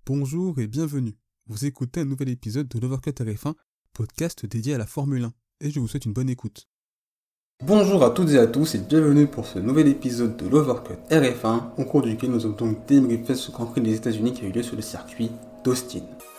Bonjour et bienvenue. Vous écoutez un nouvel épisode de l'Overcut RF1, podcast dédié à la Formule 1, et je vous souhaite une bonne écoute. Bonjour à toutes et à tous et bienvenue pour ce nouvel épisode de l'Overcut RF1, au cours duquel nous allons donc débriefer ce Grand Prix des États-Unis qui a eu lieu sur le circuit d'Austin.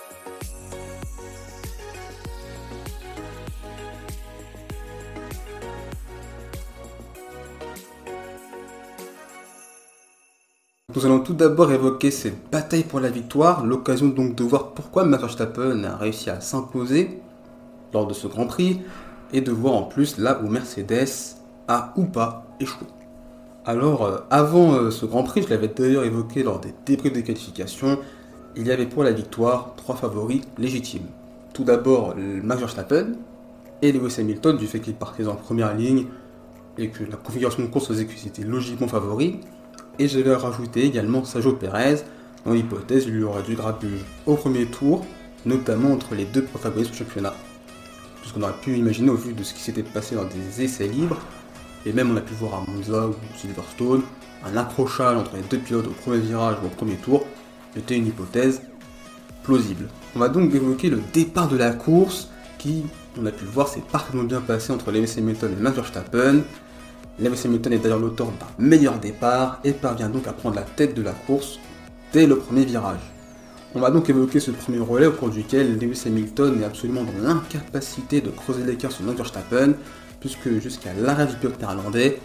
Nous allons tout d'abord évoquer cette bataille pour la victoire, l'occasion donc de voir pourquoi Max Verstappen a réussi à s'imposer lors de ce Grand Prix, et de voir en plus là où Mercedes a ou pas échoué. Alors, avant ce Grand Prix, je l'avais d'ailleurs évoqué lors des débriefs de qualification, il y avait pour la victoire 3 favoris légitimes. Tout d'abord, Max Verstappen et Lewis Hamilton, du fait qu'ils partaient en première ligne et que la configuration de course faisait qu'ils étaient logiquement favoris. Et je vais rajouter également Sergio Pérez. Dans l'hypothèse, il lui aurait dû grabuge au premier tour, notamment entre les deux protagonistes du championnat. Puisqu'on aurait pu imaginer au vu de ce qui s'était passé dans des essais libres, et même on a pu voir à Monza ou Silverstone, un accrochage entre les deux pilotes au premier virage ou au premier tour était une hypothèse plausible. On va donc évoquer le départ de la course qui, on a pu le voir, s'est parfaitement bien passé entre Lewis Hamilton et Max Verstappen. Lewis Hamilton est d'ailleurs l'auteur d'un meilleur départ et parvient donc à prendre la tête de la course dès le premier virage. On va donc évoquer ce premier relais au cours duquel Lewis Hamilton est absolument dans l'incapacité de creuser l'écart sur Max Verstappen, puisque jusqu'à l'arrêt du pilote néerlandais,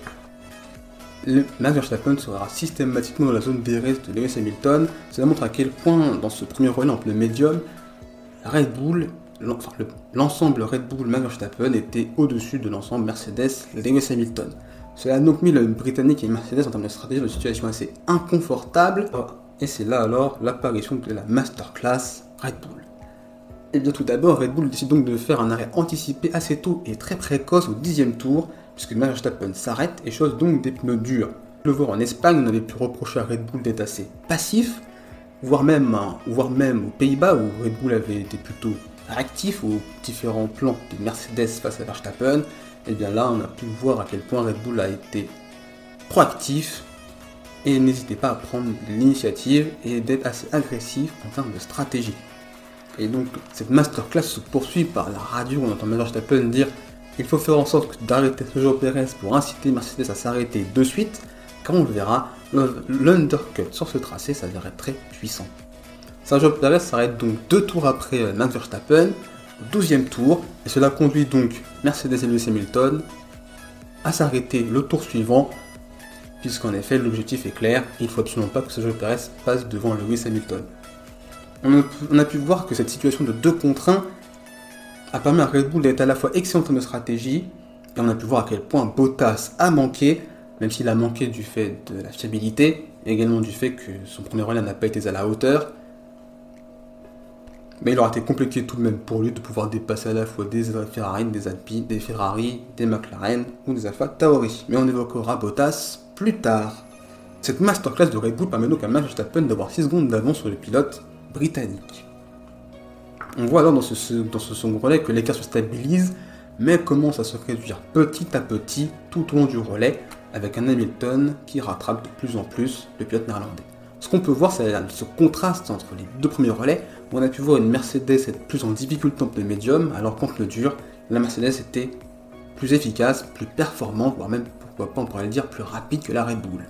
Max Verstappen sera systématiquement dans la zone DRS de Lewis Hamilton. Cela montre à quel point dans ce premier relais en plein médium, Red Bull, l'ensemble Red Bull Max Verstappen était au-dessus de l'ensemble Mercedes Lewis Hamilton. Cela a donc mis le Britannique et Mercedes en termes de stratégie dans une situation assez inconfortable. Et c'est là alors l'apparition de la masterclass Red Bull. Et bien tout d'abord, Red Bull décide donc de faire un arrêt anticipé assez tôt et très précoce au 10e tour, puisque Max Verstappen s'arrête et chose donc des pneus durs. Le voir en Espagne, on avait pu reprocher à Red Bull d'être assez passif, voire même aux Pays-Bas où Red Bull avait été plutôt réactif aux différents plans de Mercedes face à Verstappen. Et bien là, on a pu voir à quel point Red Bull a été proactif et n'hésitez pas à prendre l'initiative et d'être assez agressif en termes de stratégie. Et donc cette masterclass se poursuit par la radio, on entend Max Verstappen dire il faut faire en sorte d'arrêter Sergio Pérez pour inciter Mercedes à s'arrêter de suite, car on le verra, l'undercut sur ce tracé s'avérait très puissant. Sergio Pérez s'arrête donc 2 tours après Max Verstappen, au 12e tour, et cela conduit donc Mercedes et Lewis Hamilton à s'arrêter le tour suivant, puisqu'en effet l'objectif est clair, il ne faut absolument pas que Sergio Pérez passe devant Lewis Hamilton. On a pu voir que cette situation de 2 contre 1 a permis à Red Bull d'être à la fois excellent en termes de stratégie, et on a pu voir à quel point Bottas a manqué, même s'il a manqué du fait de la fiabilité, et également du fait que son premier relais n'a pas été à la hauteur. Mais il aura été compliqué tout de même pour lui de pouvoir dépasser à la fois des Ferrari, des Alpine, des Ferrari, des McLaren ou des Alpha Tauri. Mais on évoquera Bottas plus tard. Cette masterclass de Red Bull permet donc à Max Verstappen d'avoir 6 secondes d'avance sur le pilote britannique. On voit alors dans ce second relais que l'écart se stabilise, mais commence à se réduire petit à petit tout au long du relais, avec un Hamilton qui rattrape de plus en plus le pilote néerlandais. Ce qu'on peut voir, c'est ce contraste entre les 2 premiers relais, où on a pu voir une Mercedes être plus en difficulté en pneu médium, alors qu'en pneu dur, la Mercedes était plus efficace, plus performante, voire même, pourquoi pas, on pourrait le dire, plus rapide que la Red Bull.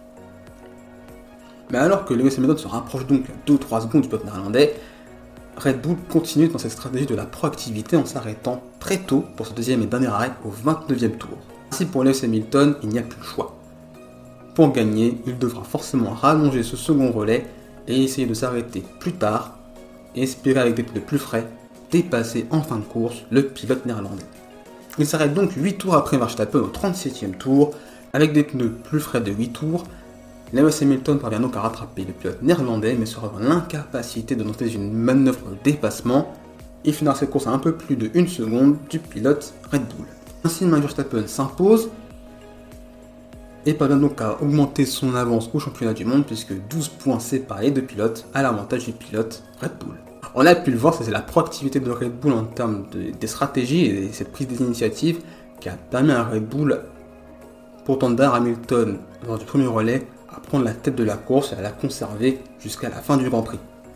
Mais alors que Lewis Hamilton se rapproche donc à 2 ou 3 secondes du pilote néerlandais, Red Bull continue dans cette stratégie de la proactivité en s'arrêtant très tôt pour ce deuxième et dernier arrêt au 29e tour. Ainsi pour Lewis Hamilton, il n'y a plus le choix. Pour gagner, il devra forcément rallonger ce second relais et essayer de s'arrêter plus tard et espérer avec des pneus plus frais dépasser en fin de course le pilote néerlandais. Il s'arrête donc 8 tours après Verstappen au 37e tour avec des pneus plus frais de 8 tours. Lewis Hamilton parvient donc à rattraper le pilote néerlandais mais sera dans l'incapacité de tenter une manœuvre de dépassement. Il finira cette course à un peu plus de 1 seconde du pilote Red Bull. Ainsi Max Verstappen s'impose et parvient donc à augmenter son avance au championnat du monde puisque 12 points séparent les 2 pilotes à l'avantage du pilote Red Bull. On a pu le voir, c'est la proactivité de Red Bull en termes des stratégies et cette prise d'initiative qui a permis à Red Bull, pourtant d'Ar Hamilton lors du premier relais, à prendre la tête de la course et à la conserver jusqu'à la fin du Grand Prix.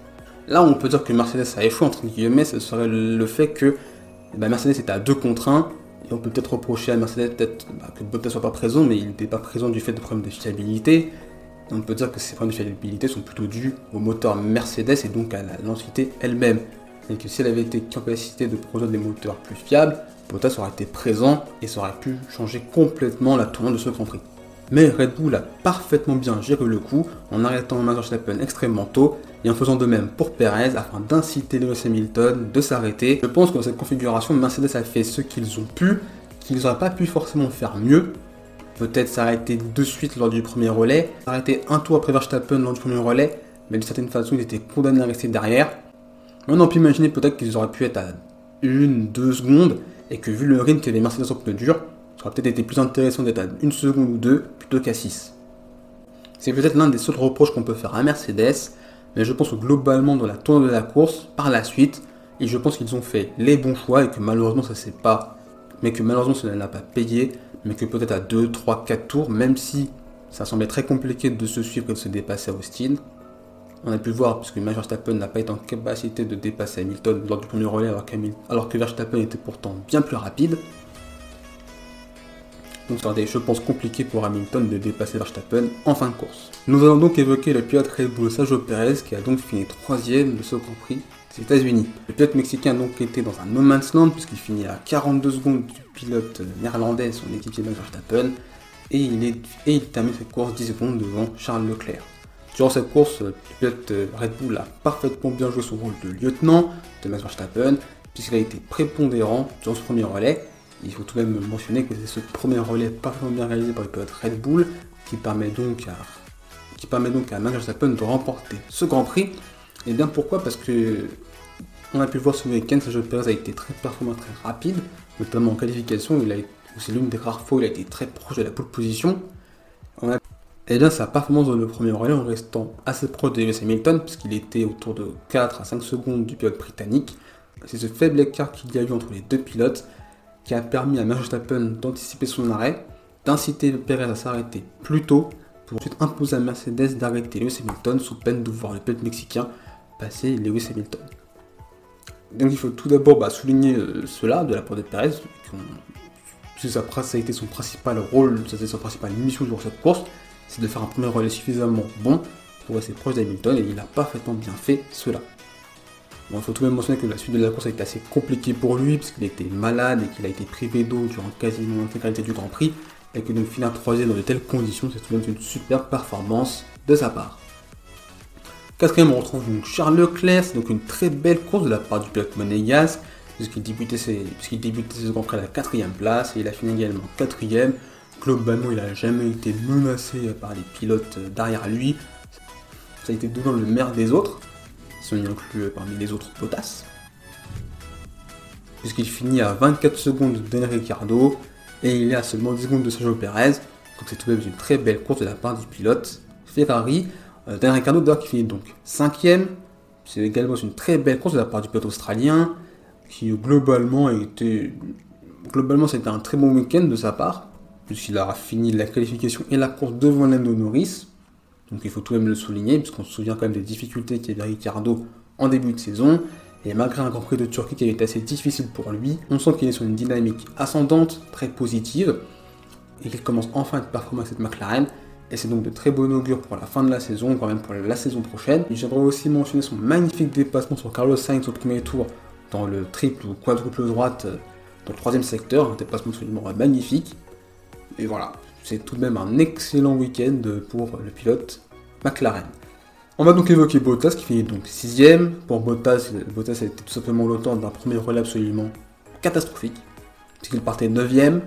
Là, on peut dire que Mercedes a échoué, entre guillemets, ce serait le fait que Mercedes était à 2 contre 1, et on peut peut-être reprocher à Mercedes que Bottas ne soit pas présent, mais il n'était pas présent du fait de problèmes de fiabilité. Et on peut dire que ces problèmes de fiabilité sont plutôt dus au moteur Mercedes et donc à l'entité elle-même. Et que si elle avait été capacité de produire des moteurs plus fiables, Bottas aurait été présent et ça aurait pu changer complètement la tournure de ce Grand Prix. Mais Red Bull a parfaitement bien géré le coup en arrêtant Max Verstappen extrêmement tôt et en faisant de même pour Perez afin d'inciter Lewis Hamilton de s'arrêter. Je pense que dans cette configuration, Mercedes a fait ce qu'ils ont pu, qu'ils n'auraient pas pu forcément faire mieux. Peut-être s'arrêter de suite lors du premier relais, s'arrêter un tour après Verstappen lors du premier relais, mais de certaine façon, ils étaient condamnés à rester derrière. On peut imaginer peut-être qu'ils auraient pu être à 1-2 secondes et que vu le rythme qu'avait Mercedes en pneus durs, ça aurait peut-être été plus intéressant d'être à 1 seconde ou 2 plutôt qu'à 6. C'est peut-être l'un des seuls reproches qu'on peut faire à Mercedes, mais je pense que globalement dans la tournure de la course, par la suite, et je pense qu'ils ont fait les bons choix et que malheureusement ça ne l'a pas payé, mais que peut-être à 2, 3, 4 tours, même si ça semblait très compliqué de se suivre et de se dépasser à Austin. On a pu voir, puisque Max Verstappen n'a pas été en capacité de dépasser Hamilton lors du premier relais, alors que Verstappen était pourtant bien plus rapide. Donc ça aurait été, je pense, compliqué pour Hamilton de dépasser Verstappen en fin de course. Nous allons donc évoquer le pilote Red Bull Sergio Perez, qui a donc fini 3ème de ce Grand Prix des États-Unis. Le pilote mexicain a donc été dans un no man's land, puisqu'il finit à 42 secondes du pilote néerlandais, son équipier Max Verstappen, et il termine cette course 10 secondes devant Charles Leclerc. Durant cette course, le pilote Red Bull a parfaitement bien joué son rôle de lieutenant de Max Verstappen, puisqu'il a été prépondérant durant ce premier relais. Il faut tout de même mentionner que c'est ce premier relais parfaitement bien réalisé par le pilote Red Bull qui permet donc à Max Verstappen de remporter ce Grand Prix. Et bien pourquoi ? Parce que on a pu voir ce week-end, Sergio Perez a été très performant, très rapide, notamment en qualification. C'est l'une des rares fois où il a été très proche de la pole position. Et bien sa performance dans le premier relais en restant assez proche de Lewis Hamilton, puisqu'il était autour de 4 à 5 secondes du pilote britannique. C'est ce faible écart qu'il y a eu entre les deux pilotes qui a permis à Max Verstappen d'anticiper son arrêt, d'inciter Perez à s'arrêter plus tôt, pour ensuite imposer à Mercedes d'arrêter Lewis Hamilton sous peine de voir le pilote mexicain passer Lewis Hamilton. Donc il faut tout d'abord souligner cela de la part de Perez, puisque ça a été son principal rôle, ça a été sa principale mission durant cette course, c'est de faire un premier relais suffisamment bon pour rester proche d'Hamilton, et il a parfaitement bien fait cela. Bon, il faut tout de même mentionner que la suite de la course a été assez compliquée pour lui, puisqu'il était malade et qu'il a été privé d'eau durant quasiment l'intégralité du Grand Prix, et que donc finir 3ème dans de telles conditions, c'est tout de même une superbe performance de sa part. 4ème, on retrouve donc Charles Leclerc, c'est donc une très belle course de la part du pilote monégasque, puisqu'il débutait ses Grand Prix à la 4ème place, et il a fini également 4ème. Globalement, il n'a jamais été menacé par les pilotes derrière lui. Ça a été devant le meilleur des autres, si on y inclut parmi les autres Bottas. Puisqu'il finit à 24 secondes de Daniel Ricciardo, et il est à seulement 10 secondes de Sergio Perez. Donc c'est tout de même une très belle course de la part du pilote Ferrari. Daniel Ricciardo d'ailleurs qui finit donc 5ème. C'est également une très belle course de la part du pilote australien, qui globalement c'était un très bon week-end de sa part, puisqu'il a fini la qualification et la course devant Lando Norris. Donc il faut tout de même le souligner, puisqu'on se souvient quand même des difficultés qu'avait Ricciardo en début de saison. Et malgré un Grand Prix de Turquie qui avait été assez difficile pour lui, on sent qu'il est sur une dynamique ascendante, très positive, et qu'il commence enfin à être performant avec cette McLaren. Et c'est donc de très bon augure pour la fin de la saison, voire même pour la saison prochaine. J'aimerais aussi mentionner son magnifique dépassement sur Carlos Sainz au premier tour, dans le triple ou quadruple droite, dans le 3ème secteur, un dépassement absolument magnifique. Et voilà, c'est tout de même un excellent week-end pour le pilote McLaren. On va donc évoquer Bottas qui finit donc 6ème. Pour Bottas a été tout simplement l'auteur d'un premier relais absolument catastrophique, puisqu'il partait 9ème.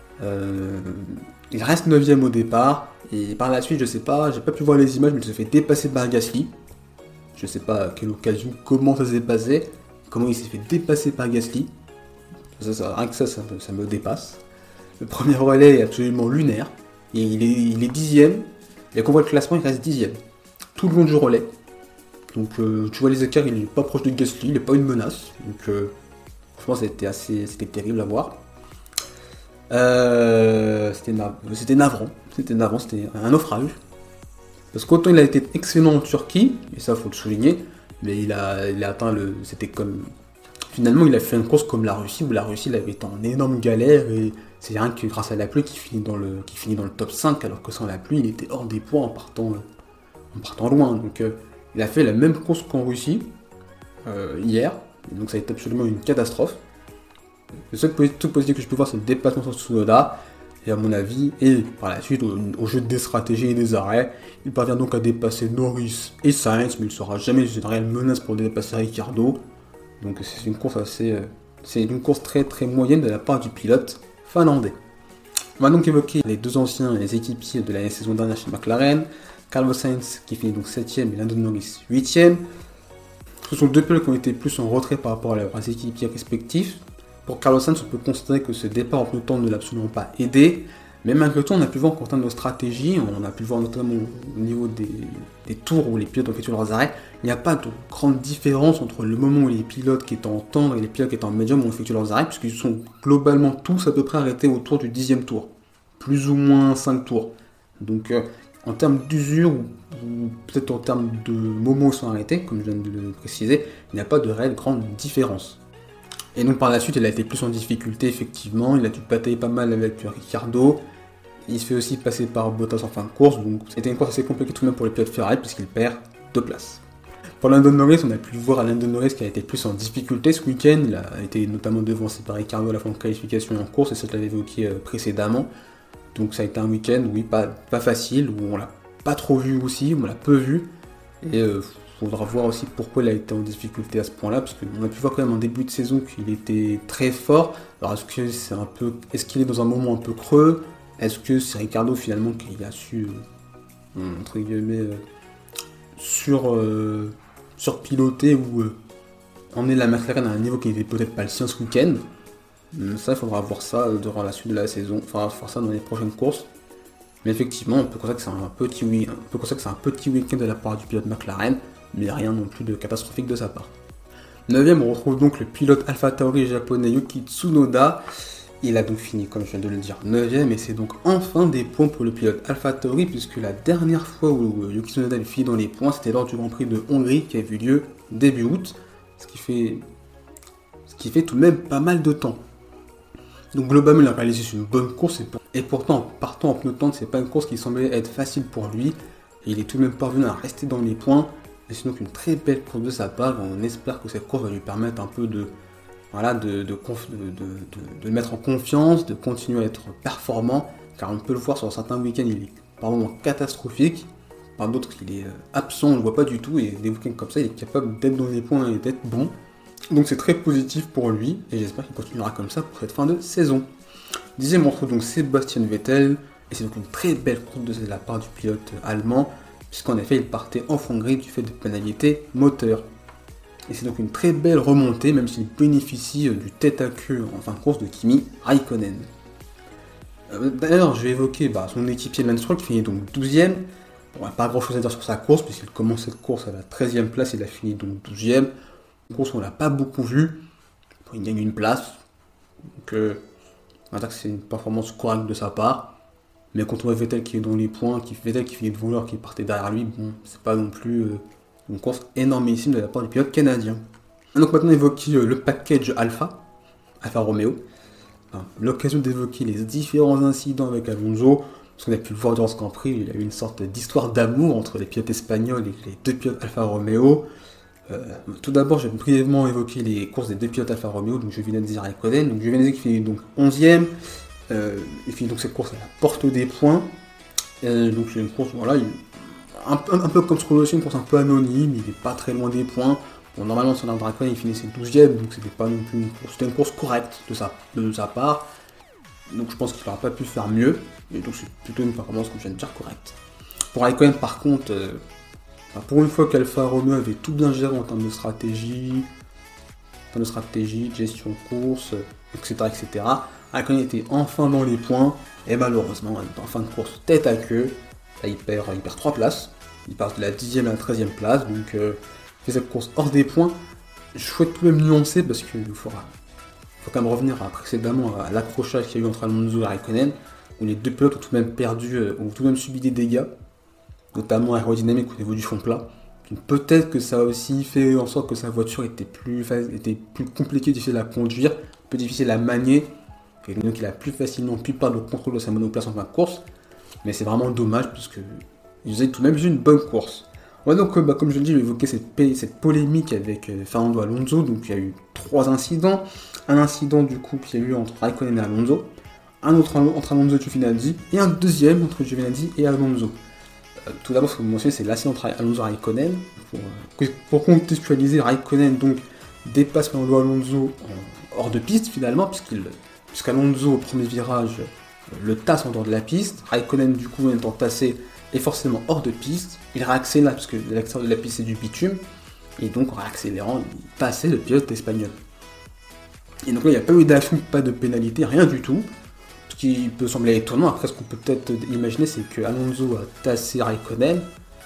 Il reste 9ème au départ, et par la suite, je sais pas, j'ai pas pu voir les images, mais il se fait dépasser par Gasly. Je sais pas à quelle occasion, comment ça s'est passé, comment il s'est fait dépasser par Gasly. Rien que ça me dépasse. Le premier relais est absolument lunaire, et il est 10ème, et quand on voit le classement, il reste 10ème. Tout le long du relais. Donc tu vois les écarts, il n'est pas proche de Gasly, il n'est pas une menace. Donc franchement c'était terrible à voir. C'était navrant, c'était un naufrage. Parce qu'autant il a été excellent en Turquie, et ça faut le souligner, mais il a atteint c'était comme... Finalement, il a fait une course comme la Russie, où la Russie il avait été en énorme galère, et c'est rien que grâce à la pluie qu'il finit dans le top 5, alors que sans la pluie, il était hors des points en partant loin. Donc il a fait la même course qu'en Russie, hier, et donc ça a été absolument une catastrophe. Le seul truc positif que je peux voir, c'est le dépassement sur Tsunoda, et à mon avis, et par la suite, au jeu des stratégies et des arrêts, il parvient donc à dépasser Norris et Sainz, mais il ne sera jamais une réelle menace pour dépasser Ricciardo. Donc c'est une course c'est une course très très moyenne de la part du pilote finlandais. On va donc évoquer les deux anciens les équipiers de la saison dernière chez McLaren, Carlos Sainz qui finit donc 7ème et Lando Norris 8ème. Ce sont deux pilotes qui ont été plus en retrait par rapport à leurs équipiers respectifs. Pour Carlos Sainz, on peut constater que ce départ en pneu tendre ne l'a absolument pas aidé, mais malgré tout, on a pu voir qu'en termes de stratégie, on a pu voir notamment au niveau des tours où les pilotes ont effectué leurs arrêts, il n'y a pas de grande différence entre le moment où les pilotes qui étaient en tendre et les pilotes qui étaient en médium ont effectué leurs arrêts, puisqu'ils sont globalement tous à peu près arrêtés autour du 10e tour, plus ou moins 5 tours. Donc en termes d'usure, ou peut-être en termes de moments où ils sont arrêtés, comme je viens de le préciser, il n'y a pas de réelle grande différence. Et donc par la suite, il a été plus en difficulté, effectivement, il a dû batailler pas mal avec Ricciardo, il se fait aussi passer par Bottas en fin de course, donc c'était une course assez compliquée tout de même pour les pilotes Ferrari, puisqu'il perd 2 places. Pour Lando Norris, on a pu voir Lando Norris qui a été plus en difficulté ce week-end, il a été notamment devancé par Ricciardo à la fin de qualification en course, et ça je l'avais évoqué précédemment, donc ça a été un week-end, oui, pas facile, où on l'a pas trop vu aussi, on l'a peu vu, et faudra voir aussi pourquoi il a été en difficulté à ce point-là, parce qu'on a pu voir quand même en début de saison qu'il était très fort. Alors est-ce qu'il est dans un moment un peu creux? Est-ce que c'est Ricciardo finalement qui a su, entre guillemets, surpiloter ou emmener la McLaren à un niveau qui n'était peut-être pas le sien ce week-end? Ça, il faudra voir ça durant la suite de la saison, il faudra voir ça dans les prochaines courses. Mais effectivement, on peut constater que c'est un petit week-end de la part du pilote McLaren, mais rien non plus de catastrophique de sa part. 9ème, on retrouve donc le pilote AlphaTauri japonais Yuki Tsunoda. Il a donc fini, comme je viens de le dire, 9ème, et c'est donc enfin des points pour le pilote AlphaTauri, puisque la dernière fois où Yuki Tsunoda a fini dans les points, c'était lors du Grand Prix de Hongrie qui a eu lieu début août, ce qui fait tout de même pas mal de temps. Donc globalement, il a réalisé une bonne course, et pourtant, partant en pneu tendre, c'est pas une course qui semblait être facile pour lui, et il est tout de même parvenu à rester dans les points, et c'est donc une très belle course de sa part. On espère que cette course va lui permettre un peu de le mettre en confiance, de continuer à être performant, car on peut le voir sur certains week-ends, il est par moments catastrophique, par d'autres il est absent, on ne le voit pas du tout, et des week-ends comme ça, il est capable d'être dans les points et d'être bon. Donc c'est très positif pour lui, et j'espère qu'il continuera comme ça pour cette fin de saison. 10ème, on retrouve donc Sébastien Vettel, et c'est donc une très belle course de la part du pilote allemand, puisqu'en effet il partait en Hongrie du fait de pénalités moteur. Et c'est donc une très belle remontée, même s'il bénéficie du tête à queue en fin de course de Kimi Raikkonen. D'ailleurs, je vais évoquer son équipier Lance Stroll qui finit donc 12ème. Bon, pas grand chose à dire sur sa course, puisqu'il commence cette course à la 13ème place, il a fini donc 12ème. Une course où on l'a pas beaucoup vu, il gagne une place, donc on va dire que c'est une performance correcte de sa part. Mais quand on voit Vettel qui est dans les points, Vettel qui finit devant l'heure, qui partait derrière lui, bon, c'est pas non plus une course énormissime de la part du pilote canadien. Donc maintenant évoquer le package Alfa Romeo. L'occasion d'évoquer les différents incidents avec Alonso, parce qu'on a pu le voir durant ce Grand Prix, il y a eu une sorte d'histoire d'amour entre les pilotes espagnols et les deux pilotes Alfa Romeo. Tout d'abord, je vais brièvement évoquer les courses des deux pilotes Alfa Romeo, donc Giovinazzi et Raikkonen. Donc Giovinazzi qui finit donc 11ème, il finit donc cette course à la porte des points. Donc c'est une course, voilà, un peu comme Stroll aussi, une course un peu anonyme, il n'est pas très loin des points. Bon, normalement, son Raikkonen il finissait 12ème, donc c'était pas non plus c'était une course correcte de sa part. Donc je pense qu'il n'aura pas pu faire mieux, et donc c'est plutôt une performance, comme je viens de dire, correcte. Pour Raikkonen, par contre, pour une fois qu'Alfa Romeo avait tout bien géré en termes de stratégie, gestion de course, etc. Raikkonen était enfin dans les points, et malheureusement, en fin de course, tête à queue, là, il perd 3 places, il passe de la 10ème à la 13ème place, donc il fait cette course hors des points. Je souhaite tout de même nuancer, parce qu'il faut quand même revenir précédemment à l'accrochage qu'il y a eu entre Alonso et Raikkonen, où les deux pilotes ont tout de même subi des dégâts, notamment aérodynamiques au niveau du fond plat. Donc peut-être que ça a aussi fait en sorte que sa voiture était plus compliquée, difficile à conduire, plus difficile à manier, et donc il a plus facilement pu perdre le contrôle de sa monoplace en fin de course. Mais c'est vraiment dommage parce que il faisait tout de même une bonne course. Ouais, donc comme je le dis, je vais évoquer cette polémique avec Fernando Alonso. Donc il y a eu 3 incidents. Un incident du coup qu'il y a eu entre Raikkonen et Alonso, un autre entre Alonso et Giovinazzi, et un deuxième entre Giovinazzi et Alonso. Tout d'abord, ce que vous mentionnez, c'est l'accident entre Alonso et Raikkonen. Pour contextualiser, Raikkonen donc dépasse Fernando Alonso hors de piste finalement, puisqu'Alonso au premier virage le tasse en dehors de la piste. Raikkonen du coup étant tassé est forcément hors de piste. Il réaccélère puisque l'extérieur de la piste c'est du bitume, et donc en réaccélérant, il passait le pilote espagnol. Et donc là, il n'y a pas eu d'action, pas de pénalité, rien du tout. Ce qui peut sembler étonnant. Après, ce qu'on peut peut-être imaginer, c'est que Alonso a tassé Raikkonen.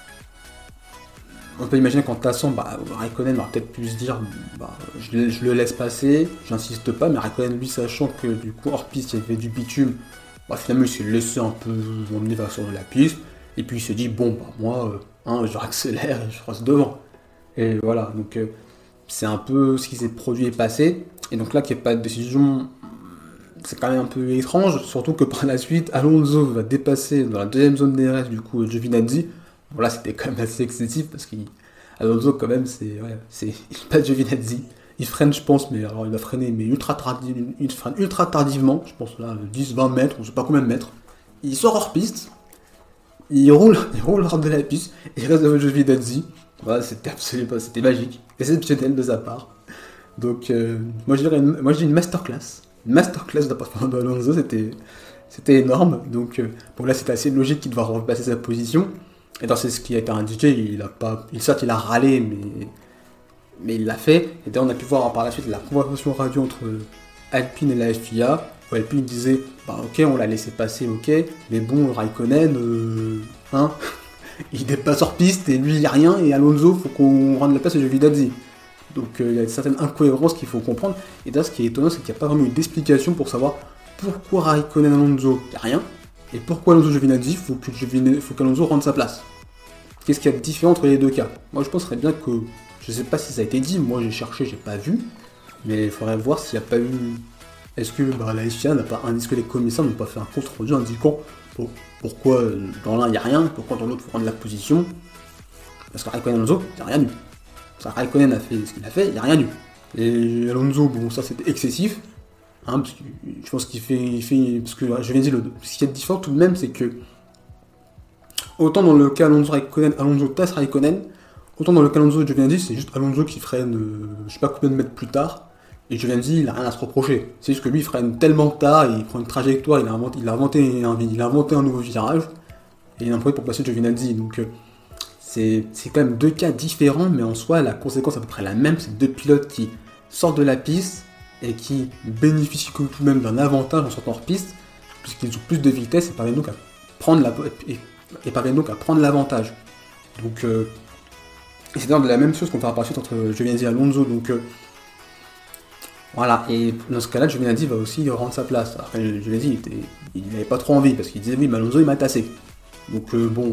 On peut imaginer qu'en tassant, Raikkonen va peut-être pu se dire je le laisse passer, j'insiste pas, mais Raikkonen, lui, sachant que du coup, hors piste, il y avait du bitume, finalement, il s'est laissé un peu emmener vers sur de la piste, et puis il s'est dit moi, je réaccélère et je reste devant. Et voilà, donc c'est un peu ce qui s'est produit et passé. Et donc là, qu'il n'y ait pas de décision, c'est quand même un peu étrange, surtout que par la suite, Alonso va dépasser dans la deuxième zone DRS, du coup, Giovinazzi. Bon, là, c'était quand même assez excessif, parce qu'Alonso, quand même, il pas de Giovinazzi. Il freine, je pense, mais alors il va freiner, mais il freine ultra tardivement, je pense là, 10-20 mètres, je sais pas combien de mètres. Il sort hors piste, il roule hors de la piste, et il reste devant Giovinazzi. Voilà, c'était magique, exceptionnel de sa part. Donc, moi je dis une masterclass. Une masterclass de la part de Fernando Alonso, c'était énorme. Donc, là, c'était assez logique qu'il devait repasser sa position. Et dans ce qui a été indiqué, certes, il a râlé, mais il l'a fait. Et d'ailleurs, on a pu voir par la suite la conversation radio entre Alpine et la FIA, où Alpine disait ok, on l'a laissé passer, ok, mais bon, Raikkonen, il dépasse hors piste, et lui, il n'y a rien, et Alonso, faut qu'on rende la place à Giovinazzi. Donc il y a certaines incohérences qu'il faut comprendre. Et d'ailleurs, ce qui est étonnant, c'est qu'il n'y a pas vraiment eu d'explication pour savoir pourquoi Raikkonen Alonso, il n'y a rien, et pourquoi Alonso Giovinazzi, faut qu'Alonso rende sa place. Qu'est-ce qu'il y a de différent entre les deux cas? Moi, je penserais bien que, je sais pas si ça a été dit, moi j'ai cherché, j'ai pas vu, mais il faudrait voir s'il n'y a pas eu... Est-ce que la FIA n'a pas indiqué que les commissaires n'ont pas fait un compte rendu indiquant pourquoi dans l'un il n'y a rien, pourquoi dans l'autre il faut rendre la position. Parce que Raikkonen Alonso, il n'y a rien eu. Raikkonen a fait ce qu'il a fait, il n'y a rien eu. Et Alonso, ça c'était excessif. Parce que je pense qu'il fait. Parce que je viens de dire, ce qui est différent tout de même, c'est que. Autant dans le cas Alonso tasse Raikkonen, autant dans le cas Alonso et Giovinazzi, c'est juste Alonso qui freine, je sais pas combien de mètres plus tard, et Giovinazzi, il a rien à se reprocher. C'est juste que lui, il freine tellement tard, il prend une trajectoire, il a inventé un nouveau virage, et il a employé pour passer Giovinazzi. Donc, c'est quand même deux cas différents, mais en soi, la conséquence est à peu près la même. C'est deux pilotes qui sortent de la piste et qui bénéficient tout de même d'un avantage en sortant hors piste, puisqu'ils ont plus de vitesse et parviennent donc à prendre l'avantage. Donc, et c'est d'ailleurs la même chose qu'on fera par la suite entre Giovinazzi et Alonso. Donc, voilà. Et dans ce cas-là, Giovinazzi va aussi rendre sa place. Après, Giovinazzi, il n'avait pas trop envie, parce qu'il disait oui, mais Alonso, il m'a tassé. Donc,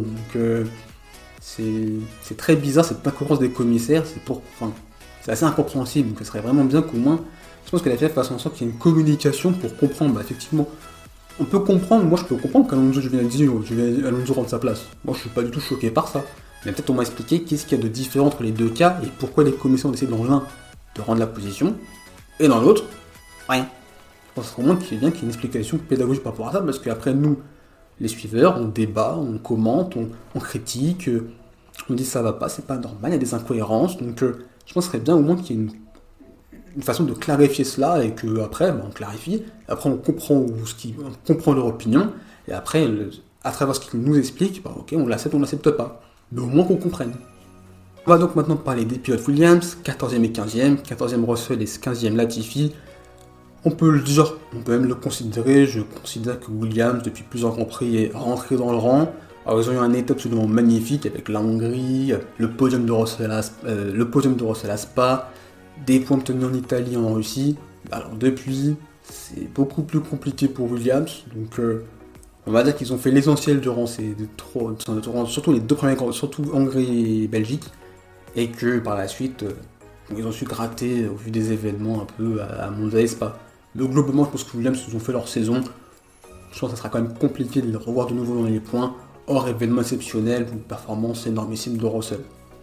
c'est très bizarre cette incohérence des commissaires, c'est assez incompréhensible, donc ce serait vraiment bien qu'au moins, je pense que la FIA fasse en sorte qu'il y ait une communication pour comprendre, effectivement, on peut comprendre, moi je peux comprendre qu'Alonso Alonso rende sa place, moi je suis pas du tout choqué par ça, mais peut-être on m'a expliqué qu'est-ce qu'il y a de différent entre les deux cas, et pourquoi les commissaires ont décidé dans l'un de rendre la position, et dans l'autre, rien. Je pense vraiment qu'il y a une explication pédagogique par rapport à ça, parce qu'après nous, les suiveurs, on débat, on commente, on critique, on dit ça va pas, c'est pas normal, il y a des incohérences, donc je pense que ce serait bien au moins qu'il y ait une façon de clarifier cela, et qu'après, on clarifie, après on comprend leur opinion, et après, à travers ce qu'ils nous expliquent, ok, on l'accepte pas, mais au moins qu'on comprenne. On va donc maintenant parler des pilotes Williams, 14e et 15e, 14e Russell et 15e Latifi. On peut le dire, on peut même le considérer, je considère que Williams, depuis plusieurs Grands Prix, est rentré dans le rang. Alors ils ont eu un étape absolument magnifique avec la Hongrie, le podium de Russell à Spa, des points obtenus en Italie et en Russie. Alors depuis, c'est beaucoup plus compliqué pour Williams, donc on va dire qu'ils ont fait l'essentiel durant surtout les deux premiers, surtout Hongrie et Belgique. et que par la suite, ils ont su gratter au vu des événements un peu à Monza et Spa. Mais globalement, je pense que Williams, ils ont fait leur saison. Je pense que ça sera quand même compliqué de les revoir de nouveau dans les points, hors événement exceptionnel ou performance énormissime de Russell.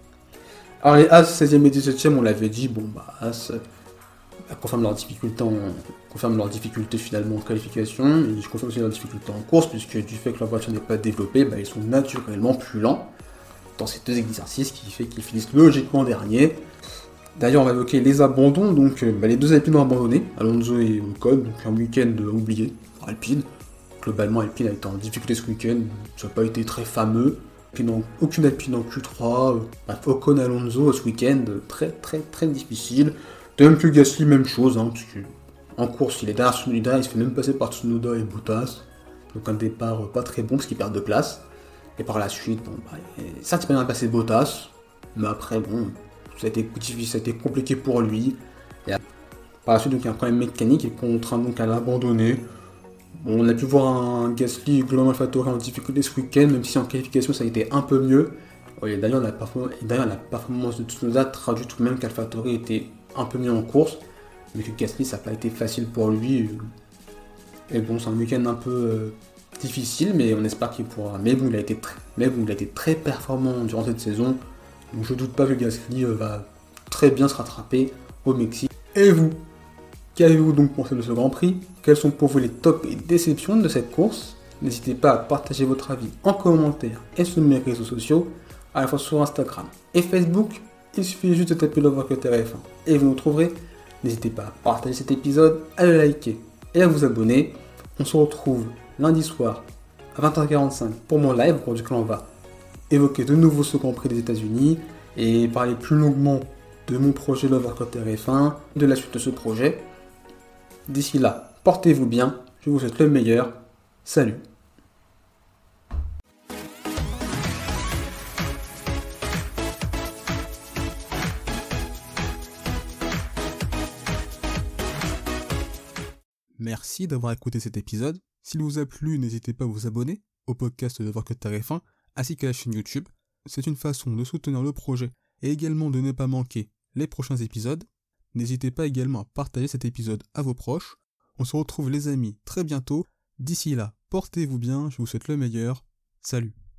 Alors les As 16e et 17e, on l'avait dit, As confirment leur difficulté finalement en qualification, et je confirme aussi leur difficulté en course, puisque du fait que leur voiture n'est pas développée, ils sont naturellement plus lents dans ces deux exercices, qui fait qu'ils finissent logiquement dernier. D'ailleurs, on va évoquer les abandons, donc les deux Alpines ont abandonné, Alonso et Ocon, donc un week-end oublié pour Alpine. Globalement, Alpine a été en difficulté ce week-end, ça n'a pas été très fameux. Aucune Alpine en Q3, Ocon Alonso ce week-end, très très très difficile. De même que Gasly, même chose, parce que en course, il est derrière Tsunoda, il se fait même passer par Tsunoda et Bottas. Donc un départ pas très bon parce qu'il perd de place. Et par la suite, certes, il peut bien passer Bottas, mais après, ça a été difficile, ça a été compliqué pour lui. Et par la suite, donc, il y a un problème mécanique et contraint donc à l'abandonner. On a pu voir un Gasly globalement AlphaTauri en difficulté ce week-end, même si en qualification ça a été un peu mieux. Et d'ailleurs, la performance de Tsunoda traduit tout de même qu'AlphaTauri était un peu mieux en course, mais que Gasly ça n'a pas été facile pour lui. Et c'est un week-end un peu difficile, mais on espère qu'il pourra. Mais il a été très performant durant cette saison, donc je doute pas que Gasly va très bien se rattraper au Mexique. Et vous, qu'avez-vous donc pensé de ce Grand Prix? Quels sont pour vous les tops et déceptions de cette course? N'hésitez pas à partager votre avis en commentaire et sur mes réseaux sociaux, à la fois sur Instagram et Facebook. Il suffit juste de taper l'Overcutter F1 et vous nous trouverez. N'hésitez pas à partager cet épisode, à le liker et à vous abonner. On se retrouve lundi soir à 20h45 pour mon live, pour duquel on va évoquer de nouveau ce Grand Prix des États-Unis et parler plus longuement de mon projet l'Overcutter F1, de la suite de ce projet. D'ici là, portez-vous bien, je vous souhaite le meilleur. Salut! Merci d'avoir écouté cet épisode. S'il vous a plu, n'hésitez pas à vous abonner au podcast de L'Overcutter F1 ainsi qu'à la chaîne YouTube. C'est une façon de soutenir le projet et également de ne pas manquer les prochains épisodes. N'hésitez pas également à partager cet épisode à vos proches. On se retrouve les amis très bientôt. D'ici là, portez-vous bien, je vous souhaite le meilleur. Salut!